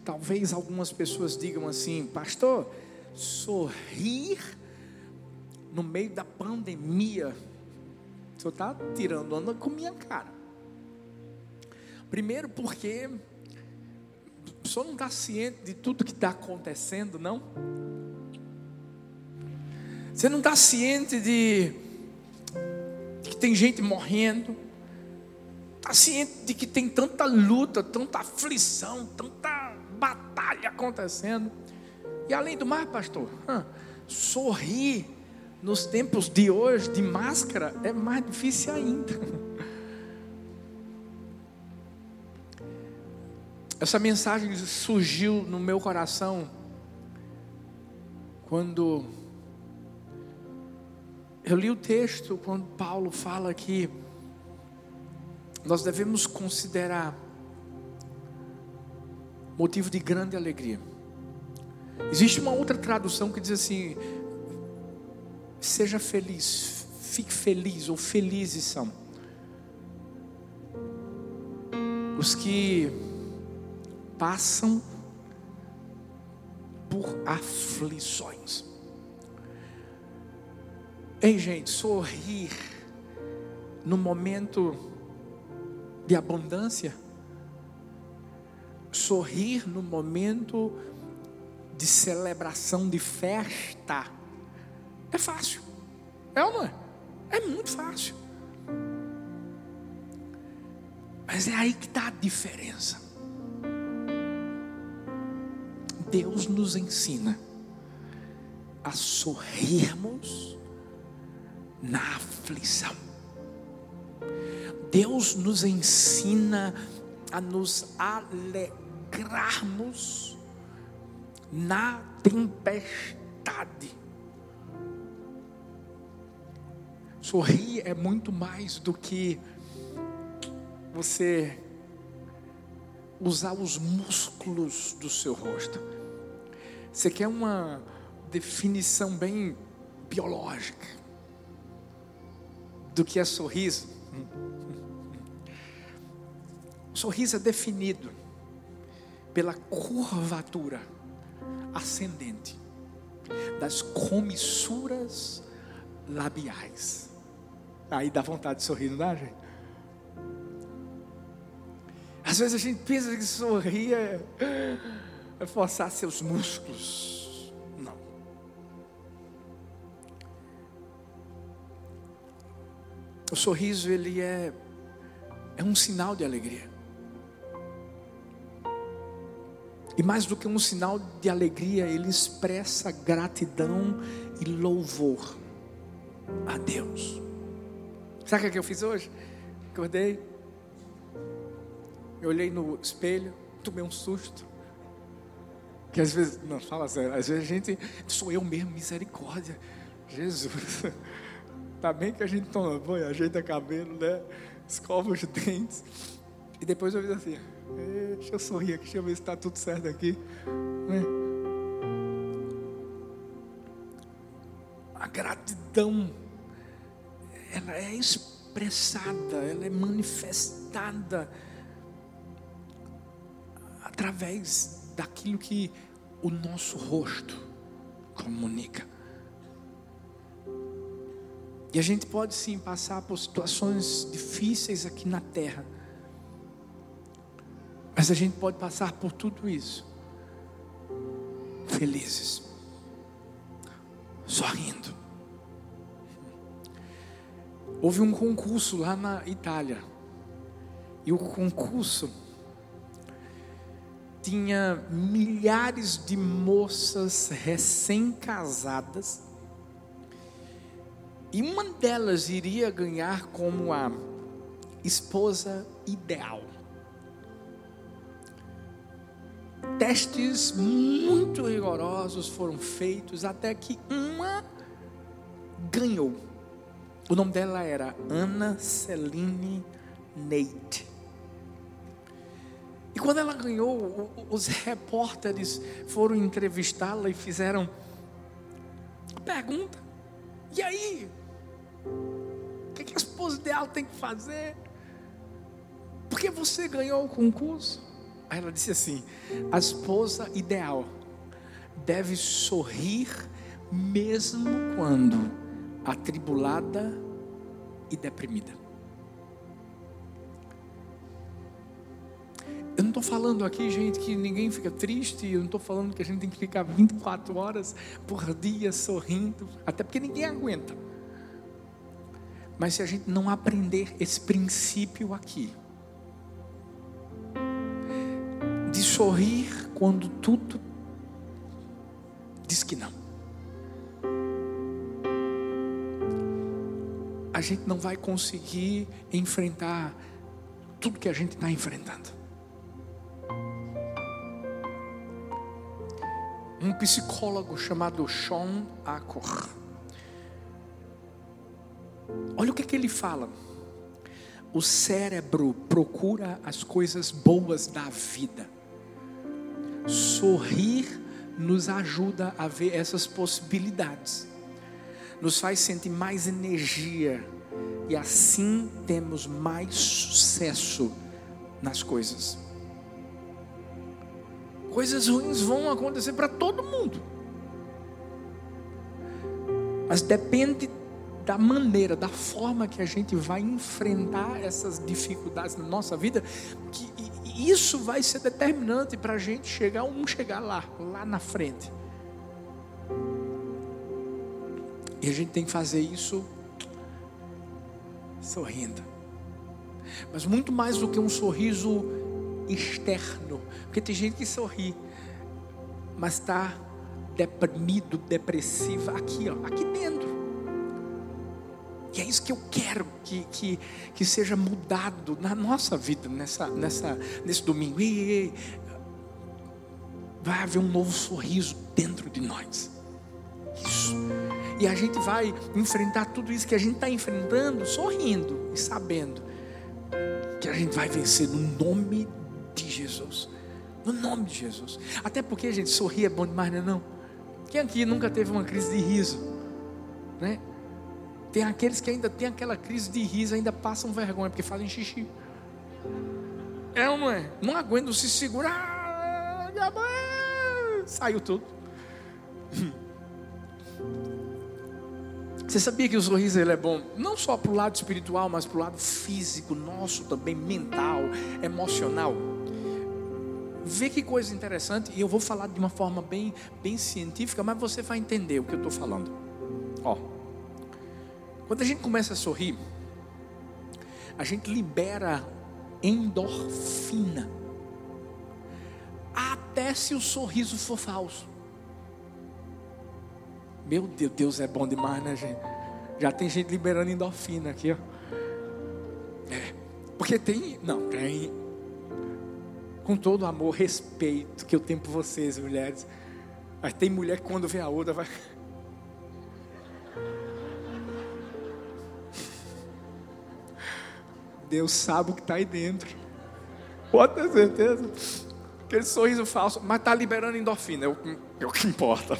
talvez algumas pessoas digam assim: pastor, sorrir no meio da pandemia, o senhor está tirando onda com minha cara. Primeiro porque o senhor não está ciente de tudo que está acontecendo, não? Você não está ciente de que tem gente morrendo? Está ciente de que tem tanta luta, tanta aflição, tanta batalha acontecendo? E além do mais, pastor, sorrir nos tempos de hoje, de máscara, é mais difícil ainda. Essa mensagem surgiu no meu coração quando eu li o texto, quando Paulo fala que nós devemos considerar motivo de grande alegria. Existe uma outra tradução que diz assim: seja feliz, fique feliz, ou felizes são os que passam por aflições. Ei, gente, sorrir no momento de abundância, sorrir no momento de celebração, de festa, é fácil, é ou não é? É muito fácil. Mas é aí que está a diferença. Deus nos ensina a sorrirmos na aflição. Deus nos ensina a nos alegrarmos na tempestade. Sorrir é muito mais do que você usar os músculos do seu rosto. Você quer uma definição bem biológica do que é sorriso? O sorriso é definido pela curvatura ascendente das comissuras labiais. Aí dá vontade de sorrir, não dá, gente? Às vezes a gente pensa que sorrir é forçar seus músculos. Não. O sorriso, ele é um sinal de alegria. E mais do que um sinal de alegria, ele expressa gratidão e louvor a Deus. Sabe o que eu fiz hoje? Acordei, eu olhei no espelho, tomei um susto. Que às vezes, não, fala sério, às vezes a gente, sou eu mesmo, misericórdia. Jesus, tá bem que a gente toma banho, ajeita cabelo, né? Escova os dentes. E depois eu fiz assim, deixa eu sorrir aqui, deixa eu ver se está tudo certo aqui. Né? A gratidão, ela é expressada, ela é manifestada através daquilo que o nosso rosto comunica. E a gente pode sim passar por situações difíceis aqui na terra, mas a gente pode passar por tudo isso felizes, sorrindo. Houve um concurso lá na Itália, e o concurso tinha milhares de moças recém-casadas, e uma delas iria ganhar como a esposa ideal. Testes muito rigorosos foram feitos até que uma ganhou. O nome dela era Anna Celine Neite. E quando ela ganhou, os repórteres foram entrevistá-la e fizeram a pergunta: e aí? O que a esposa ideal tem que fazer? Por que você ganhou o concurso? Aí ela disse assim: a esposa ideal deve sorrir mesmo quando atribulada e deprimida. Eu não estou falando aqui, gente, que ninguém fica triste. Eu não estou falando que a gente tem que ficar 24 horas por dia sorrindo, até porque ninguém aguenta. Mas se a gente não aprender esse princípio aqui, de sorrir quando tudo diz que não, a gente não vai conseguir enfrentar tudo que a gente está enfrentando. Um psicólogo chamado Shawn Achor, olha o que ele fala: o cérebro procura as coisas boas da vida. Sorrir nos ajuda a ver essas possibilidades, nos faz sentir mais energia, e assim temos mais sucesso nas coisas. Coisas ruins vão acontecer para todo mundo, mas depende da maneira, da forma que a gente vai enfrentar essas dificuldades na nossa vida, que isso vai ser determinante para a gente chegar lá na frente. E a gente tem que fazer isso sorrindo, mas muito mais do que um sorriso externo, porque tem gente que sorri, mas está deprimido, depressiva aqui dentro. E é isso que eu quero que seja mudado na nossa vida nesse domingo. Vai haver um novo sorriso dentro de nós. Isso. E a gente vai enfrentar tudo isso que a gente está enfrentando sorrindo e sabendo que a gente vai vencer no nome de Jesus. No nome de Jesus. Até porque, gente, sorrir é bom demais, não é não? Quem aqui nunca teve uma crise de riso? Né? Tem aqueles que ainda tem aquela crise de riso, ainda passam vergonha porque fazem xixi. É ou não é? Não aguentam se segurar. Saiu tudo. Você sabia que o sorriso ele é bom não só para o lado espiritual, mas para o lado físico nosso também, mental, emocional? Vê que coisa interessante. E eu vou falar de uma forma bem científica, mas você vai entender o que eu estou falando. Quando a gente começa a sorrir, a gente libera endorfina, até se o sorriso for falso. Meu Deus, Deus é bom demais, né, gente? Já tem gente liberando endorfina aqui, ó. Porque tem, com todo amor, respeito que eu tenho por vocês, mulheres. Mas tem mulher que quando vê a outra vai... Deus sabe o que está aí dentro. Pode ter certeza. Aquele sorriso falso, mas está liberando endorfina, é o que importa.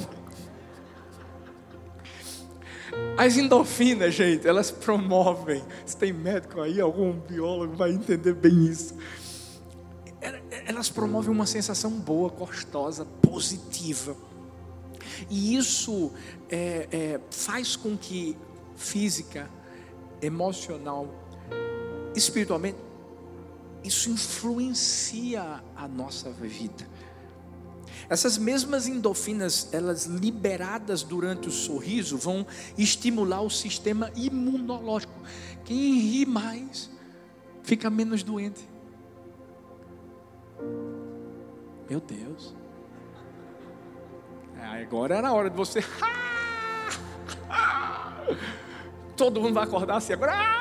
As endorfinas, gente, elas promovem. Se tem médico aí, algum biólogo vai entender bem isso. Elas promovem uma sensação boa, gostosa, positiva. E isso faz com que física, emocional, espiritualmente, isso influencia a nossa vida. Essas mesmas endorfinas, elas liberadas durante o sorriso, vão estimular o sistema imunológico. Quem ri mais, fica menos doente. Meu Deus. Agora era a hora de você. Todo mundo vai acordar assim agora.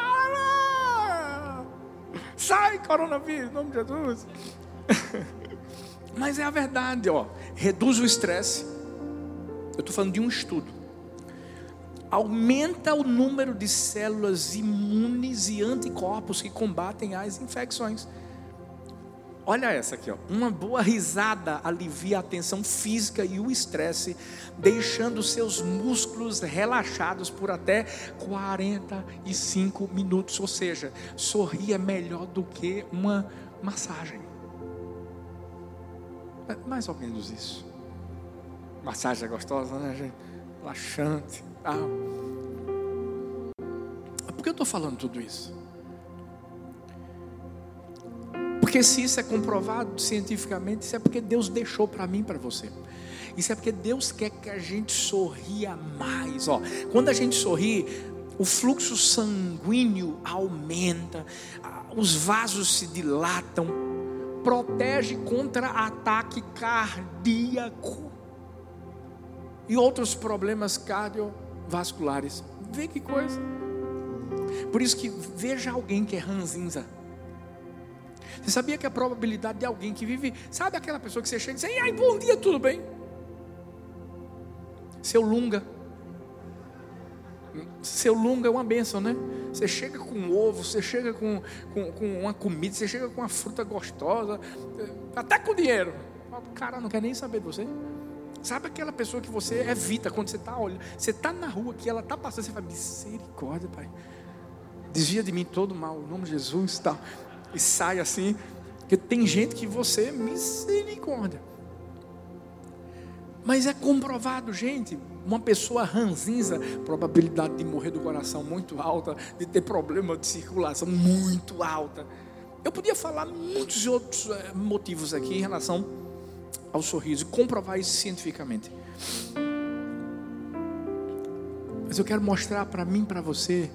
Sai, coronavírus, em nome de Jesus. Mas é a verdade, reduz o estresse. Eu estou falando de um estudo. Aumenta o número de células imunes e anticorpos que combatem as infecções. Olha essa aqui, uma boa risada alivia a tensão física e o estresse, deixando seus músculos relaxados por até 45 minutos. Ou seja, sorrir é melhor do que uma massagem. É mais ou menos isso. Massagem é gostosa, né, gente? Relaxante, tal. Por que eu estou falando tudo isso? Porque se isso é comprovado cientificamente, isso é porque Deus deixou para mim e para você. Isso é porque Deus quer que a gente sorria mais. Quando a gente sorri, o fluxo sanguíneo aumenta, os vasos se dilatam, protege contra ataque cardíaco e outros problemas cardiovasculares. Vê que coisa. Por isso que veja alguém que é ranzinza. Você sabia que a probabilidade de alguém que vive, sabe aquela pessoa que você chega e diz: ai, bom dia, tudo bem? Seu lunga é uma bênção, né? Você chega com ovo, você chega com uma comida, você chega com uma fruta gostosa, até com dinheiro. O cara não quer nem saber de você. Sabe aquela pessoa que você evita quando você está olhando? Você está na rua que ela está passando, você fala: misericórdia, Pai, desvia de mim todo mal, em nome de Jesus, tal. E sai assim, porque tem gente que você, misericórdia. Mas é comprovado, gente, uma pessoa ranzinza, probabilidade de morrer do coração muito alta, de ter problema de circulação muito alta. Eu podia falar muitos outros motivos aqui em relação ao sorriso, e comprovar isso cientificamente. Mas eu quero mostrar para mim, para você,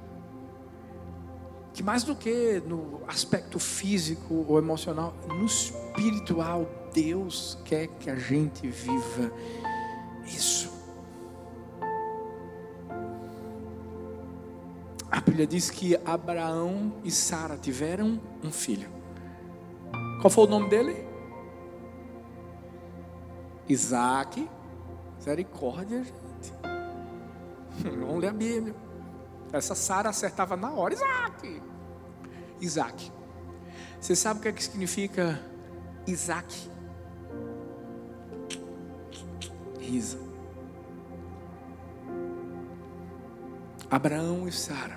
que mais do que no aspecto físico ou emocional, no espiritual, Deus quer que a gente viva isso. A Bíblia diz que Abraão e Sara tiveram um filho. Qual foi o nome dele? Isaac. Misericórdia, gente. Vamos ler a Bíblia. Essa Sara acertava na hora. Isaac. Você sabe o que é que significa Isaac? Risa. Abraão e Sara.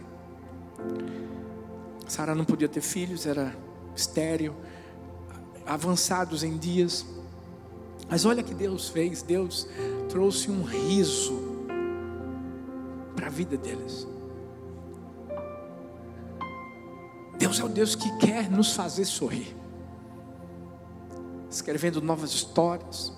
Sara não podia ter filhos, era estéril, avançados em dias. Mas olha o que Deus fez. Deus trouxe um riso para a vida deles. Deus é o Deus que quer nos fazer sorrir, escrevendo novas histórias.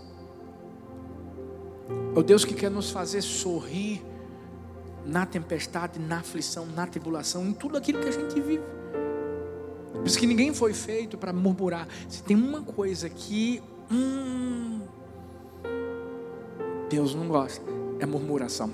É o Deus que quer nos fazer sorrir na tempestade, na aflição, na tribulação, em tudo aquilo que a gente vive. Por isso que ninguém foi feito para murmurar. Se tem uma coisa que Deus não gosta, é murmuração.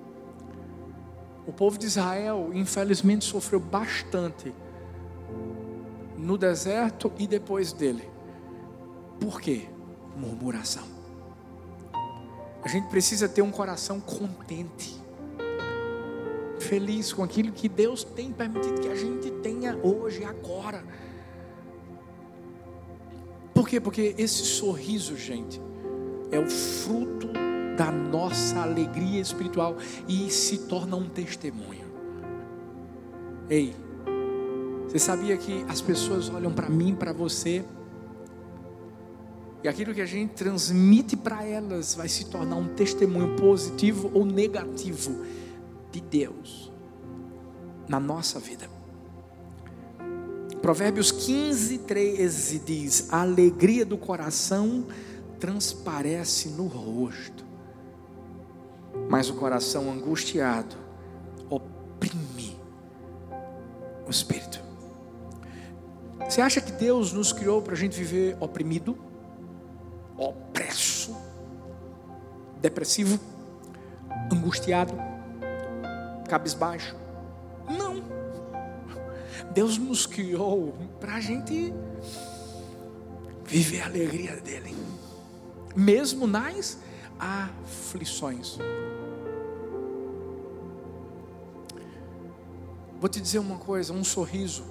O povo de Israel, infelizmente, sofreu bastante no deserto e depois dele. Por quê? Murmuração. A gente precisa ter um coração contente, feliz com aquilo que Deus tem permitido que a gente tenha hoje, agora. Por quê? Porque esse sorriso, gente, é o fruto da nossa alegria espiritual e se torna um testemunho. Ei, você sabia que as pessoas olham para mim, para você, e aquilo que a gente transmite para elas vai se tornar um testemunho positivo ou negativo de Deus na nossa vida. Provérbios 15:13 diz: a alegria do coração transparece no rosto, mas o coração angustiado oprime o espírito. Você acha que Deus nos criou para a gente viver oprimido, opresso, depressivo, angustiado, cabisbaixo? Não. Deus nos criou para a gente viver a alegria dele, mesmo nas aflições. Vou te dizer uma coisa: um sorriso,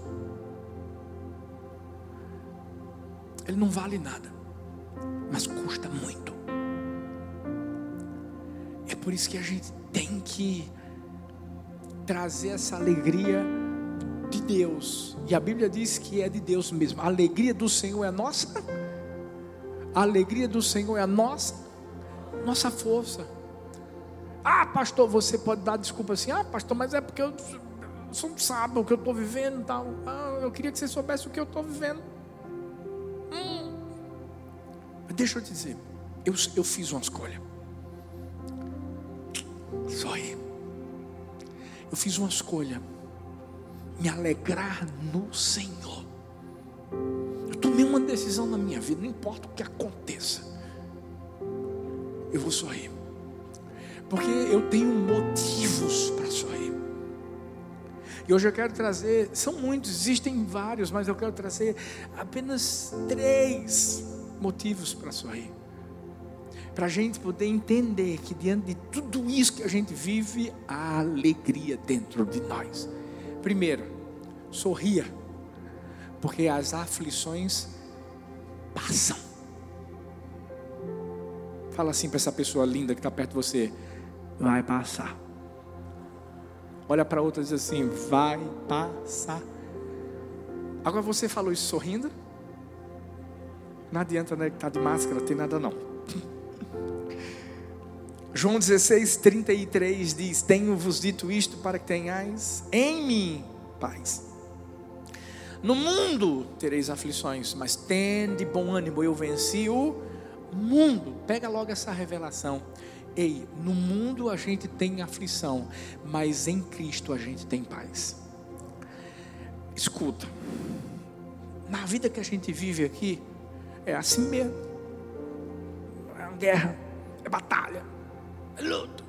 ele não vale nada, mas custa muito. É por isso que a gente tem que trazer essa alegria de Deus. E a Bíblia diz que é de Deus mesmo. A alegria do Senhor é a nossa A alegria do Senhor é a nossa força. Ah, pastor, você pode dar desculpa assim. Ah, pastor, mas é porque você não sabe o que eu estou vivendo e tal. Ah, eu queria que você soubesse o que eu estou vivendo. Deixa eu te dizer, eu fiz uma escolha. Só aí. Eu fiz uma escolha. Me alegrar no Senhor. Eu tomei uma decisão na minha vida. Não importa o que aconteça, eu vou sorrir. Porque eu tenho motivos para sorrir. E hoje eu quero trazer, são muitos, existem vários, mas eu quero trazer apenas 3 motivos para sorrir. Para a gente poder entender que diante de tudo isso que a gente vive, há alegria dentro de nós. Primeiro, sorria, porque as aflições passam. Fala assim para essa pessoa linda que está perto de você: vai passar. Olha para outra e diz assim: vai passar. Agora você falou isso sorrindo? Não adianta, né? Que está de máscara, tem nada não. João 16:33 diz: tenho-vos dito isto para que tenhais em mim paz. No mundo tereis aflições, mas tende bom ânimo, eu venci o mundo. Pega logo essa revelação. Ei, no mundo a gente tem aflição, mas em Cristo a gente tem paz. Escuta, na vida que a gente vive aqui, é assim mesmo. É uma guerra, é batalha, é luta.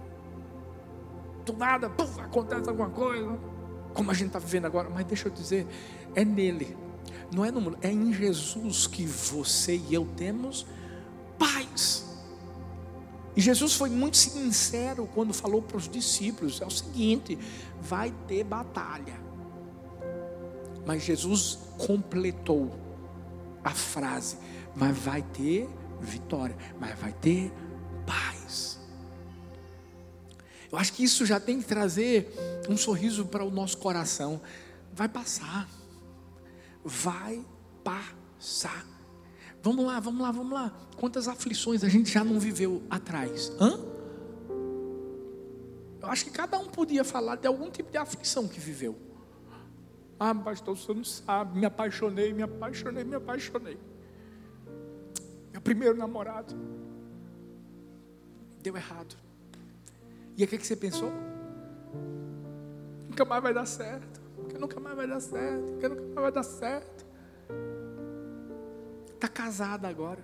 Do nada, acontece alguma coisa, como a gente está vivendo agora. Mas deixa eu dizer, é nele, não é no mundo, é em Jesus que você e eu temos paz. E Jesus foi muito sincero quando falou para os discípulos: é o seguinte, vai ter batalha. Mas Jesus completou a frase: mas vai ter vitória, mas vai ter paz. Eu acho que isso já tem que trazer um sorriso para o nosso coração. Vai passar. Vai passar. Vamos lá. Quantas aflições a gente já não viveu atrás? Eu acho que cada um podia falar de algum tipo de aflição que viveu. Ah, pastor, você não sabe, me apaixonei. Meu primeiro namorado deu errado. E aí o que você pensou? Nunca mais vai dar certo. Porque nunca mais vai dar certo. Está casada agora.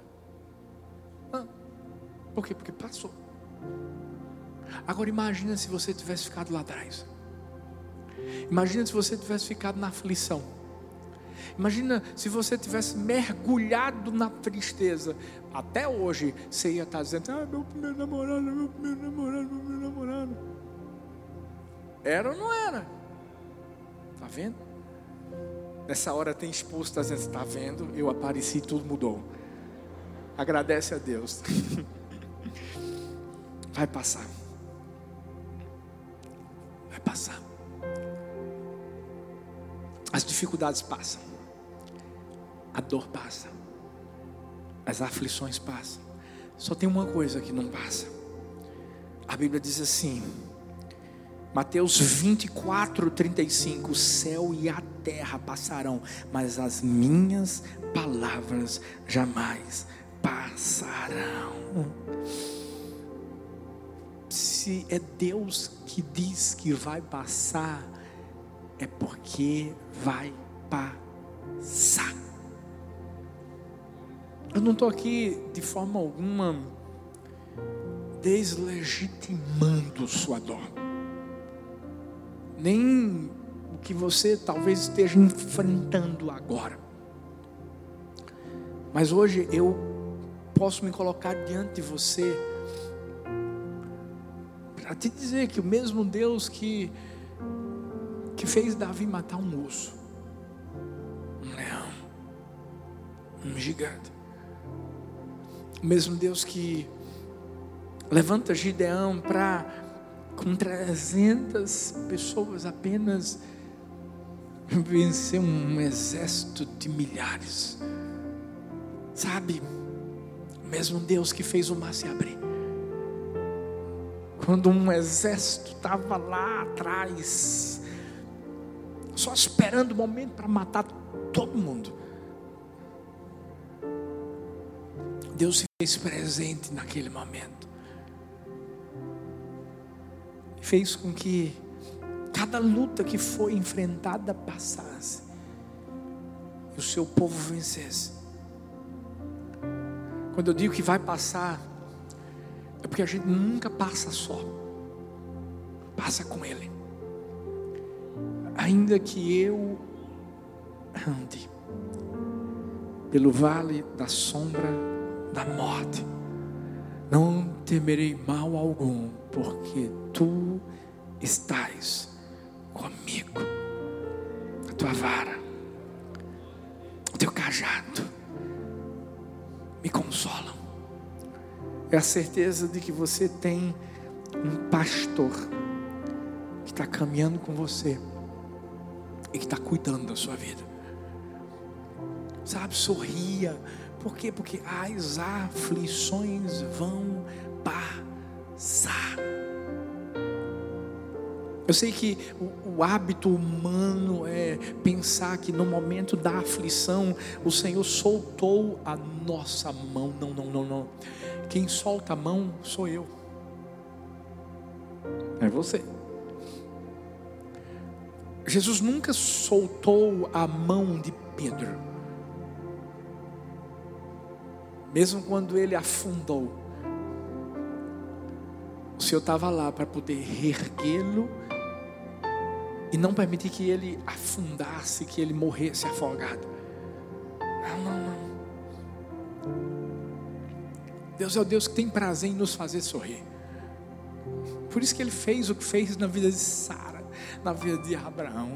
Por quê? Porque passou. Agora imagina se você tivesse ficado lá atrás. Imagina se você tivesse ficado na aflição. Imagina se você tivesse mergulhado na tristeza. Até hoje você ia estar dizendo: meu primeiro namorado. Era ou não era? Está vendo? Nessa hora tem esposo que está dizendo: está vendo? Eu apareci e tudo mudou. Agradece a Deus. Vai passar. As dificuldades passam. A dor passa. As aflições passam. Só tem uma coisa que não passa. A Bíblia diz assim, Mateus 24:35: o céu e a terra passarão, mas as minhas palavras jamais passarão. Se é Deus que diz que vai passar, é porque vai passar. Eu não estou aqui de forma alguma deslegitimando sua dor, nem o que você talvez esteja enfrentando agora. Mas hoje eu posso me colocar diante de você para te dizer que o mesmo Deus que fez Davi matar um urso, um leão, um gigante, o mesmo Deus que levanta Gideão para, com 300 pessoas apenas, vencer um exército de milhares. Sabe, mesmo Deus que fez o mar se abrir. Quando um exército estava lá atrás, só esperando o momento para matar todo mundo, Deus se fez presente naquele momento. Fez com que cada luta que foi enfrentada passasse e o seu povo vencesse. Quando eu digo que vai passar, é porque a gente nunca passa só, passa com Ele. Ainda que eu ande pelo vale da sombra da morte, não temerei mal algum, porque Tu estás comigo. A Tua vara, o Teu cajado me consolam. É a certeza de que você tem um pastor que está caminhando com você e que está cuidando da sua vida. Sabe, sorria. Por quê? Porque as aflições vão passar. Eu sei que o hábito humano é pensar que no momento da aflição o Senhor soltou a nossa mão. Não. Quem solta a mão sou eu. É você. Jesus nunca soltou a mão de Pedro. Mesmo quando ele afundou, o Senhor estava lá para poder reerguê-lo e não permitir que ele afundasse, que ele morresse afogado. Não. Deus é o Deus que tem prazer em nos fazer sorrir. Por isso que Ele fez o que fez na vida de Sara, na vida de Abraão.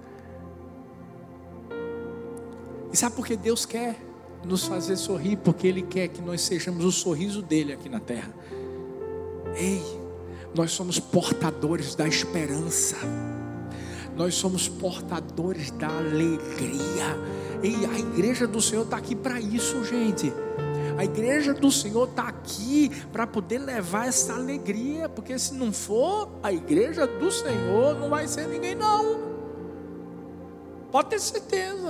E sabe por que Deus quer nos fazer sorrir? Porque Ele quer que nós sejamos o sorriso dEle aqui na terra. Ei, nós somos portadores da esperança. Nós somos portadores da alegria. E a igreja do Senhor está aqui para isso, gente. A igreja do Senhor está aqui para poder levar essa alegria. Porque se não for a igreja do Senhor, não vai ser ninguém não. Pode ter certeza.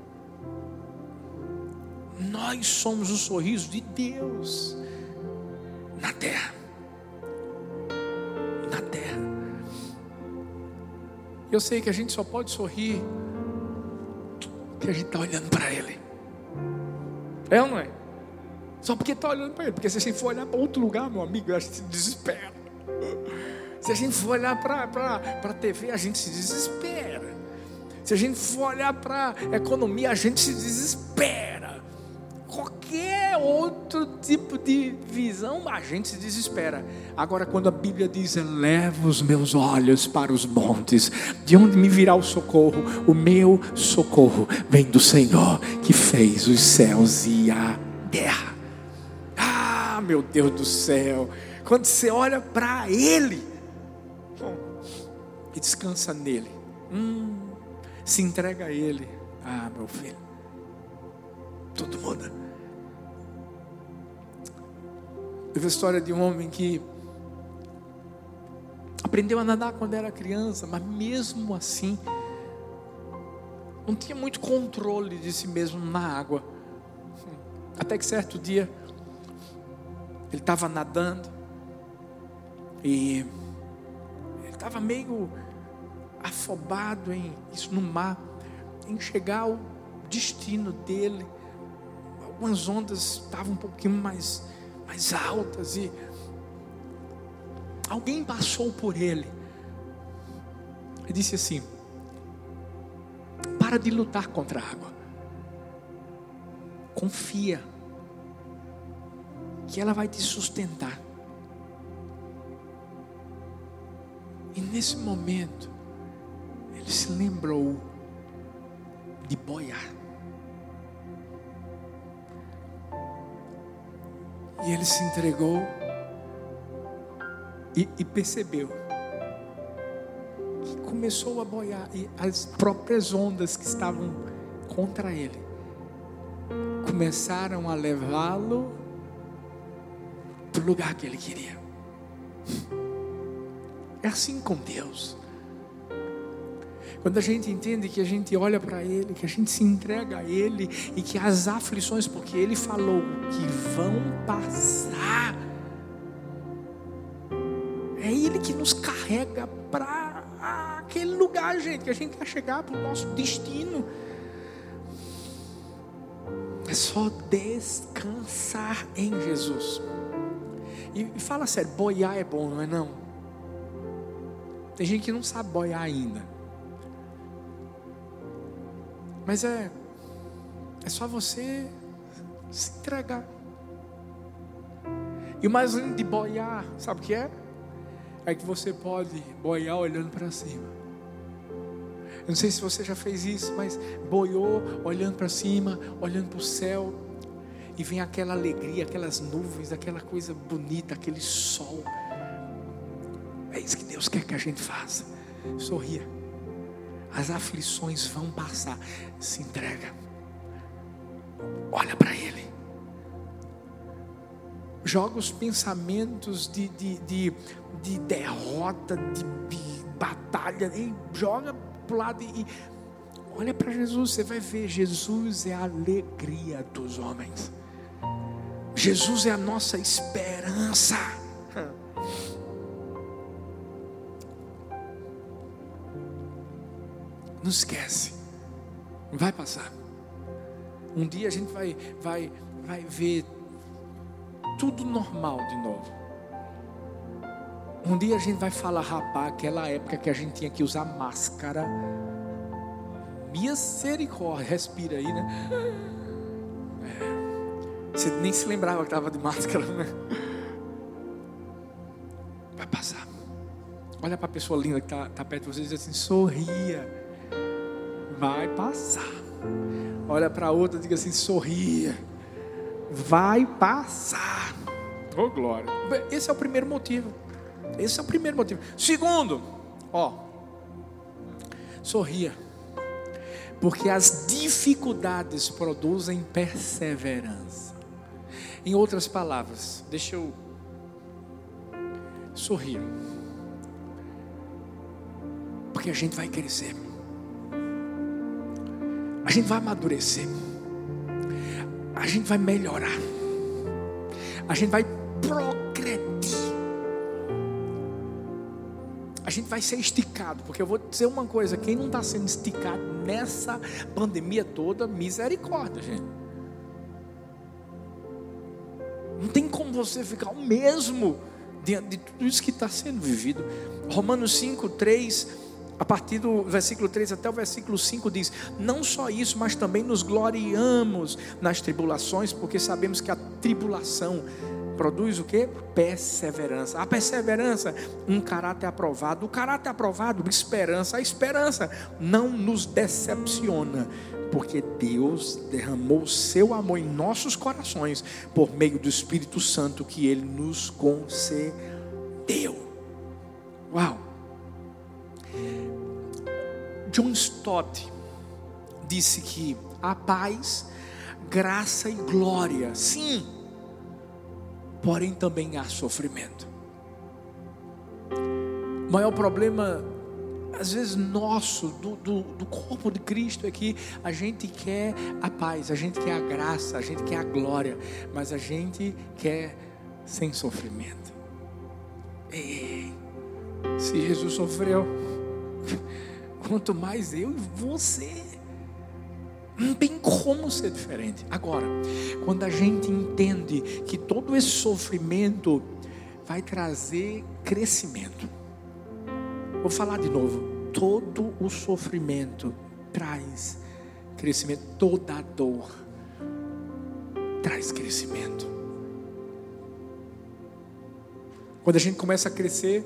Nós somos o sorriso de Deus na terra. Na terra. Eu sei que a gente só pode sorrir porque a gente está olhando para Ele. É ou não é? Só porque está olhando para Ele. Porque se a gente for olhar para outro lugar, meu amigo, a gente se desespera. Se a gente for olhar para a TV, a gente se desespera. Se a gente for olhar para a economia, a gente se desespera. Qualquer outro tipo de visão, a gente se desespera. Agora, quando a Bíblia diz: eleva os meus olhos para os montes, de onde me virá o socorro? O meu socorro vem do Senhor, que fez os céus e a terra. Ah, meu Deus do céu. Quando você olha para Ele e descansa nele, se entrega a Ele, ah, meu filho, tudo muda. Teve a história de um homem que aprendeu a nadar quando era criança, mas mesmo assim não tinha muito controle de si mesmo na água. Até que certo dia ele estava nadando e ele estava meio afobado no mar, em chegar ao destino dele. Algumas ondas estavam um pouquinho mais altas e alguém passou por ele e disse assim: para de lutar contra a água, confia que ela vai te sustentar. E nesse momento ele se lembrou de boiar. E ele se entregou e percebeu que começou a boiar, e as próprias ondas que estavam contra ele começaram a levá-lo para o lugar que Ele queria. É assim com Deus. Quando a gente entende que a gente olha para Ele, que a gente se entrega a Ele, e que as aflições, porque Ele falou que vão passar, é Ele que nos carrega para aquele lugar, gente, que a gente quer chegar para o nosso destino. É só descansar em Jesus. E fala sério, boiar é bom, não é não? Tem gente que não sabe boiar ainda. Mas é só você se entregar. E o mais lindo de boiar, sabe o que é? É que você pode boiar olhando para cima. Eu não sei se você já fez isso, mas boiou olhando para cima, olhando para o céu, e vem aquela alegria, aquelas nuvens, aquela coisa bonita, aquele sol. É isso que Deus quer que a gente faça. Sorria. As aflições vão passar. Se entrega. Olha para Ele. Joga os pensamentos de derrota, de batalha, e joga para o lado e olha para Jesus. Você vai ver, Jesus é a alegria dos homens. Jesus é a nossa esperança. Não esquece, vai passar. Um dia a gente vai ver tudo normal de novo. Um dia a gente vai falar, rapaz, aquela época que a gente tinha que usar máscara. Misericórdia, respira aí, né? Você nem se lembrava que estava de máscara, né? Vai passar. Olha para a pessoa linda que está perto de você e diz assim, sorria. Vai passar. Olha para outra e diga assim, sorria. Vai passar. Oh glória. Esse é o primeiro motivo. Esse é o primeiro motivo. Segundo, sorria. Porque as dificuldades produzem perseverança. Em outras palavras, deixa eu sorrir. Porque a gente vai crescer. A gente vai amadurecer. A gente vai melhorar. A gente vai progredir. A gente vai ser esticado. Porque eu vou dizer uma coisa: quem não está sendo esticado nessa pandemia toda, misericórdia, gente. Não tem como você ficar o mesmo diante de tudo isso que está sendo vivido. Romanos 5:3, a partir do versículo 3 até o versículo 5 diz: não só isso, mas também nos gloriamos nas tribulações, porque sabemos que a tribulação produz o que? Perseverança. A perseverança, um caráter aprovado. O caráter aprovado, esperança. A esperança não nos decepciona, porque Deus derramou o seu amor em nossos corações por meio do Espírito Santo que Ele nos concedeu. Uau! John Stott disse que há paz, graça e glória, sim, porém também há sofrimento. O maior problema, às vezes nosso, do corpo de Cristo, é que a gente quer a paz, a gente quer a graça, a gente quer a glória, mas a gente quer sem sofrimento. Ei, se Jesus sofreu, quanto mais eu e você. Não tem como ser diferente. Agora, quando a gente entende que todo esse sofrimento vai trazer crescimento. Vou falar de novo. Todo o sofrimento traz crescimento. Toda a dor traz crescimento. Quando a gente começa a crescer,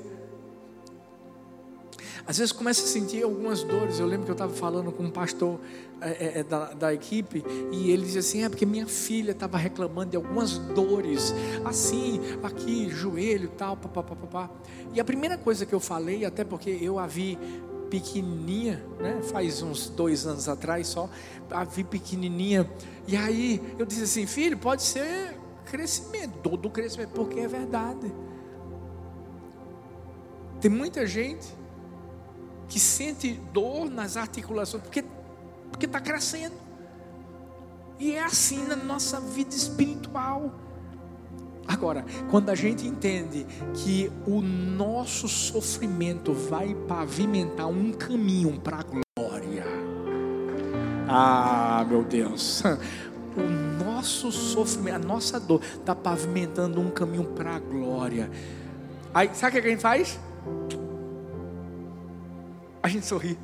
às vezes começa a sentir algumas dores. Eu lembro que eu estava falando com um pastor da equipe, e ele dizia assim: porque minha filha estava reclamando de algumas dores, assim, aqui, joelho, tal, papapá. E a primeira coisa que eu falei, até porque eu a vi pequenininha, né, faz uns 2 anos atrás só, a vi pequenininha, e aí eu disse assim: filho, pode ser crescimento, dor do crescimento, porque é verdade. Tem muita gente que sente dor nas articulações, porque está crescendo. E é assim na nossa vida espiritual. Agora, quando a gente entende que o nosso sofrimento vai pavimentar um caminho para a glória. Ah, meu Deus. O nosso sofrimento, a nossa dor está pavimentando um caminho para a glória. Aí, sabe o que a gente faz? A gente sorri.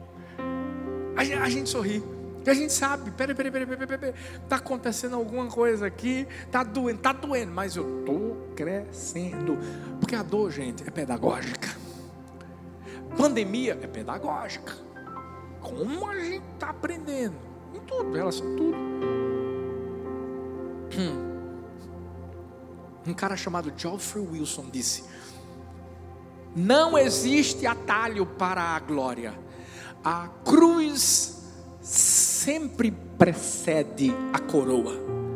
A gente sorri. Porque a gente sabe, peraí, está acontecendo alguma coisa aqui, está doendo, mas eu estou crescendo. Porque a dor, gente, é pedagógica. Pandemia é pedagógica. Como a gente está aprendendo? Em tudo, em relação a tudo. Um cara chamado Geoffrey Wilson disse: não existe atalho para a glória. A cruz sempre precede a coroa.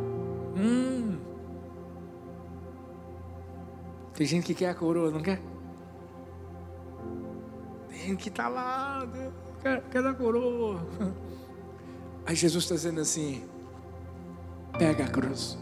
Tem gente que quer a coroa, não quer? Tem gente que está lá, quer a coroa. Aí Jesus está dizendo assim: pega a cruz.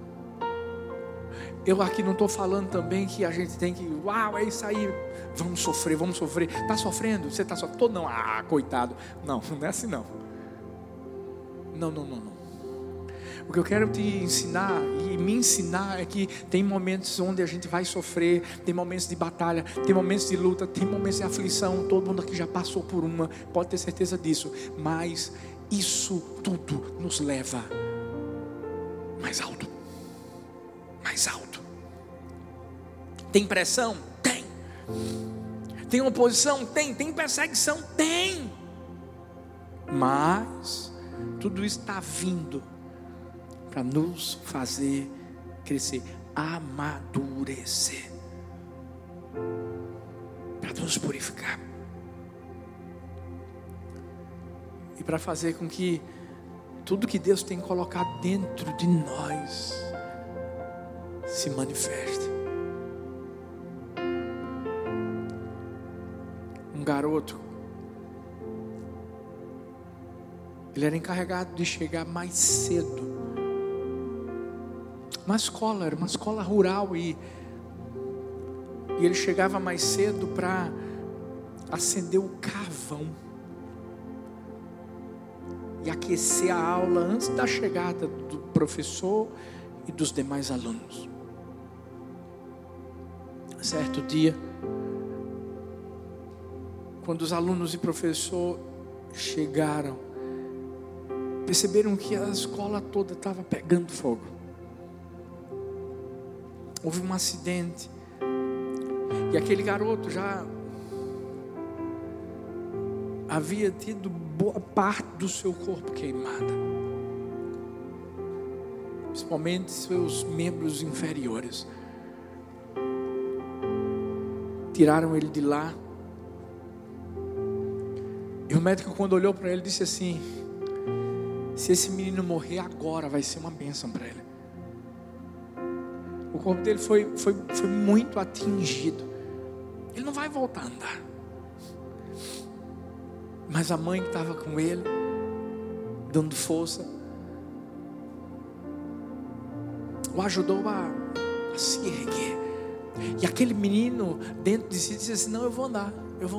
Eu aqui não estou falando também que a gente tem que, uau, é isso aí, vamos sofrer. Está sofrendo? Você está sofrendo? Não, coitado. Não é assim não. Não. O que eu quero te ensinar e me ensinar é que tem momentos onde a gente vai sofrer, tem momentos de batalha, tem momentos de luta, tem momentos de aflição. Todo mundo aqui já passou por uma, pode ter certeza disso. Mas isso tudo nos leva mais alto. Mais alto. Tem pressão? Tem. Tem oposição? Tem. Tem perseguição? Tem. Mas tudo isso está vindo para nos fazer crescer, amadurecer, para nos purificar e para fazer com que tudo que Deus tem colocado dentro de nós se manifeste. Um garoto, ele era encarregado de chegar mais cedo. Era uma escola rural e ele chegava mais cedo para acender o carvão e aquecer a aula antes da chegada do professor e dos demais alunos. Certo dia, quando os alunos e professor chegaram, perceberam que a escola toda estava pegando fogo. Houve um acidente e aquele garoto já havia tido boa parte do seu corpo queimada, principalmente seus membros inferiores. Tiraram ele de lá e o médico, quando olhou para ele, disse assim: se esse menino morrer agora, vai ser uma bênção para ele. O corpo dele foi muito atingido. Ele não vai voltar a andar. Mas a mãe que estava com ele, dando força, o ajudou a se erguer. E aquele menino dentro de si disse assim: não, eu vou andar.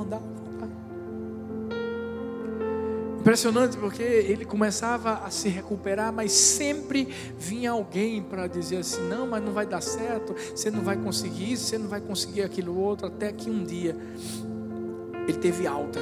Impressionante, porque ele começava a se recuperar, mas sempre vinha alguém para dizer assim: não, mas não vai dar certo, você não vai conseguir isso, você não vai conseguir aquilo outro. Até que um dia ele teve alta,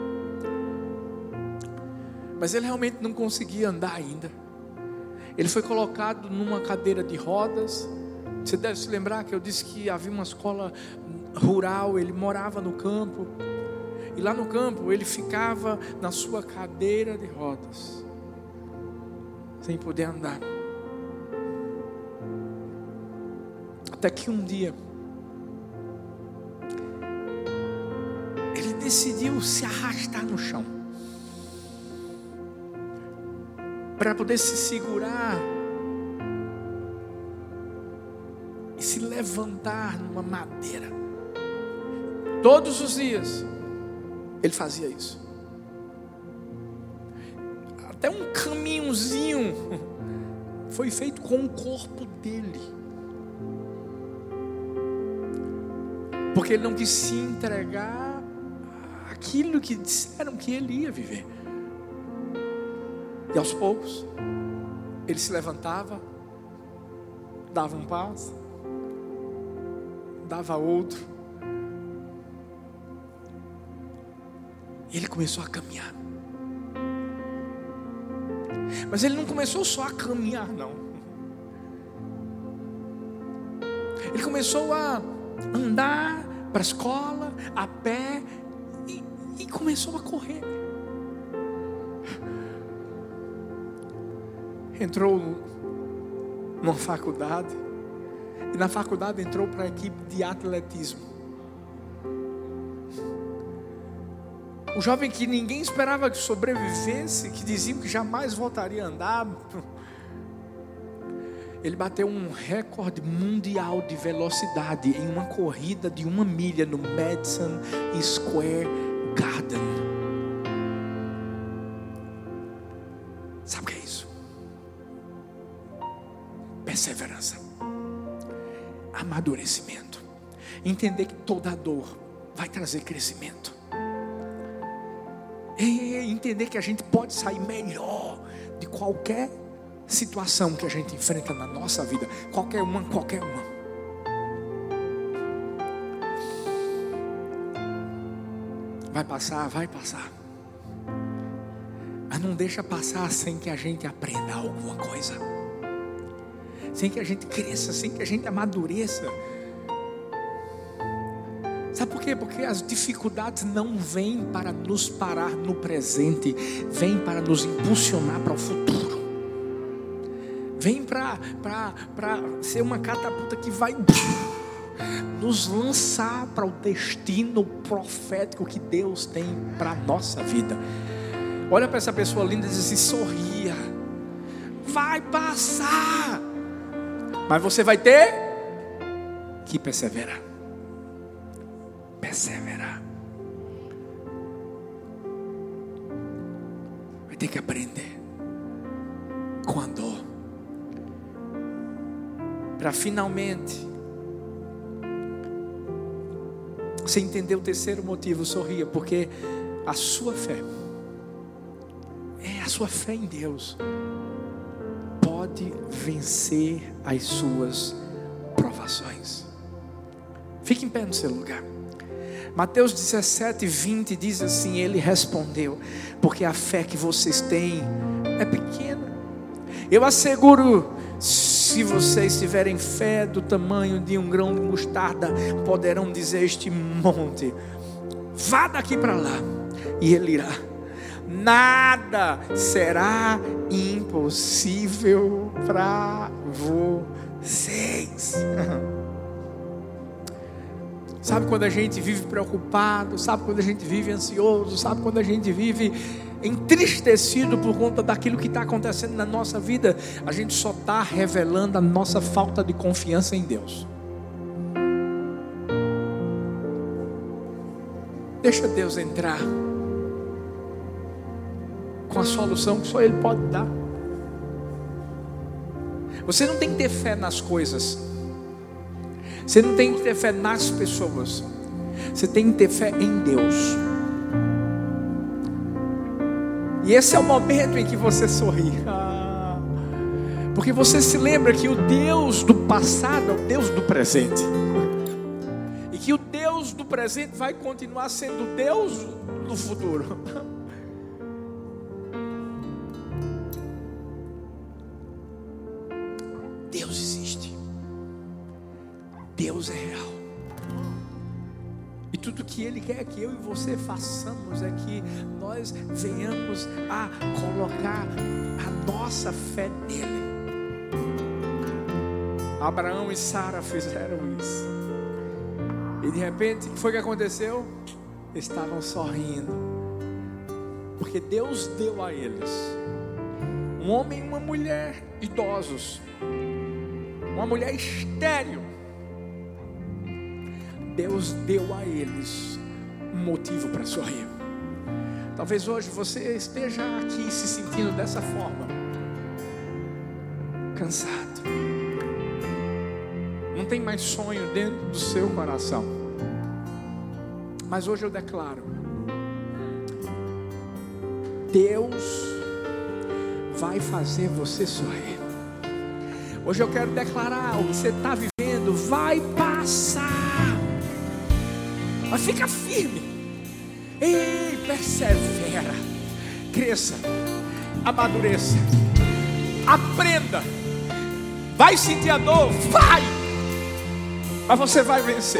mas ele realmente não conseguia andar ainda. Ele foi colocado numa cadeira de rodas. Você deve se lembrar que eu disse que havia uma escola rural, ele morava no campo. E lá no campo ele ficava na sua cadeira de rodas, sem poder andar. Até que um dia ele decidiu se arrastar no chão para poder se segurar se levantar numa madeira. Todos os dias ele fazia isso. Até um caminhozinho foi feito com o corpo dele, porque ele não quis se entregar àquilo que disseram que ele ia viver. E aos poucos ele se levantava, dava um passo, dava outro, e ele começou a caminhar. Mas ele não começou só a caminhar, não. Ele começou a andar para a escola, a pé, e começou a correr. Entrou numa faculdade, e na faculdade entrou para a equipe de atletismo. O jovem que ninguém esperava que sobrevivesse, que diziam que jamais voltaria a andar, ele bateu um recorde mundial de velocidade em uma corrida de 1 milha no Madison Square Garden. Sabe o que é isso? Perseverança, amadurecimento, entender que toda dor vai trazer crescimento. Entender que a gente pode sair melhor de qualquer situação que a gente enfrenta na nossa vida. Qualquer uma. Vai passar. Mas não deixa passar sem que a gente aprenda alguma coisa, sem que a gente cresça, sem que a gente amadureça. Sabe por quê? Porque as dificuldades não vêm para nos parar no presente, vêm para nos impulsionar para o futuro. Vem para ser uma catapulta que vai nos lançar para o destino profético que Deus tem para a nossa vida. Olha para essa pessoa linda e diz assim: sorria, vai passar, mas você vai ter que perseverar. Vai ter que aprender com a dor, para finalmente você entender o terceiro motivo. Sorria, porque a sua fé em Deus pode vencer as suas provações. Fique em pé no seu lugar. Mateus 17:20 diz assim: ele respondeu: porque a fé que vocês têm é pequena. Eu asseguro, se vocês tiverem fé do tamanho de um grão de mostarda, poderão dizer a este monte: vá daqui para lá, e ele irá. Nada será impossível para vocês. Sabe quando a gente vive preocupado? Sabe quando a gente vive ansioso? Sabe quando a gente vive entristecido por conta daquilo que está acontecendo na nossa vida? A gente só está revelando a nossa falta de confiança em Deus. Deixa Deus entrar com a solução que só Ele pode dar. Você não tem que ter fé nas coisas, você não tem que ter fé nas pessoas, você tem que ter fé em Deus. E esse é o momento em que você sorri, porque você se lembra que o Deus do passado é o Deus do presente, e que o Deus do presente vai continuar sendo o Deus do futuro. Deus existe, Deus é real, e tudo que Ele quer que eu e você façamos é que nós venhamos a colocar a nossa fé nele. Abraão e Sara fizeram isso, e de repente, o que foi que aconteceu? Estavam sorrindo, porque Deus deu a eles um homem e uma mulher idosos, uma mulher estéril, Deus deu a eles um motivo para sorrir. Talvez hoje você esteja aqui se sentindo dessa forma, cansado, não tem mais sonho dentro do seu coração. Mas hoje eu declaro: Deus vai fazer você sorrir. Hoje eu quero declarar: o que você está vivendo vai passar. Mas fica firme. Ei, persevera. Cresça. Amadureça. Aprenda. Vai sentir a dor? Vai. Mas você vai vencer.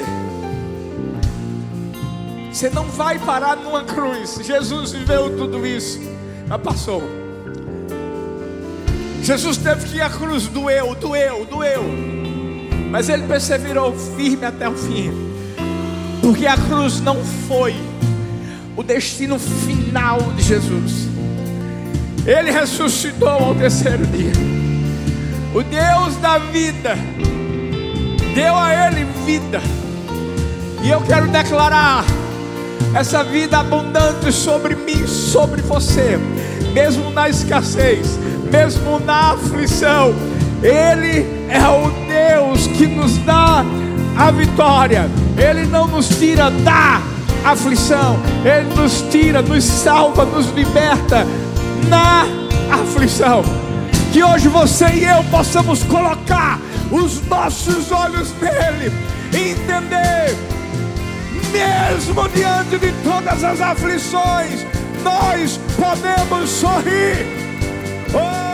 Você não vai parar numa cruz. Jesus viveu tudo isso, mas passou. Jesus teve que ir à cruz, doeu. Mas ele perseverou firme até o fim. Porque a cruz não foi o destino final de Jesus. Ele ressuscitou ao terceiro dia. O Deus da vida deu a ele vida. E eu quero declarar essa vida abundante sobre mim, sobre você. Mesmo na escassez, mesmo na aflição, Ele é o Deus que nos dá a vitória. Ele não nos tira da aflição, Ele nos tira, nos salva, nos liberta na aflição. Que hoje você e eu possamos colocar os nossos olhos nele e entender: mesmo diante de todas as aflições, nós podemos sorrir. Oh!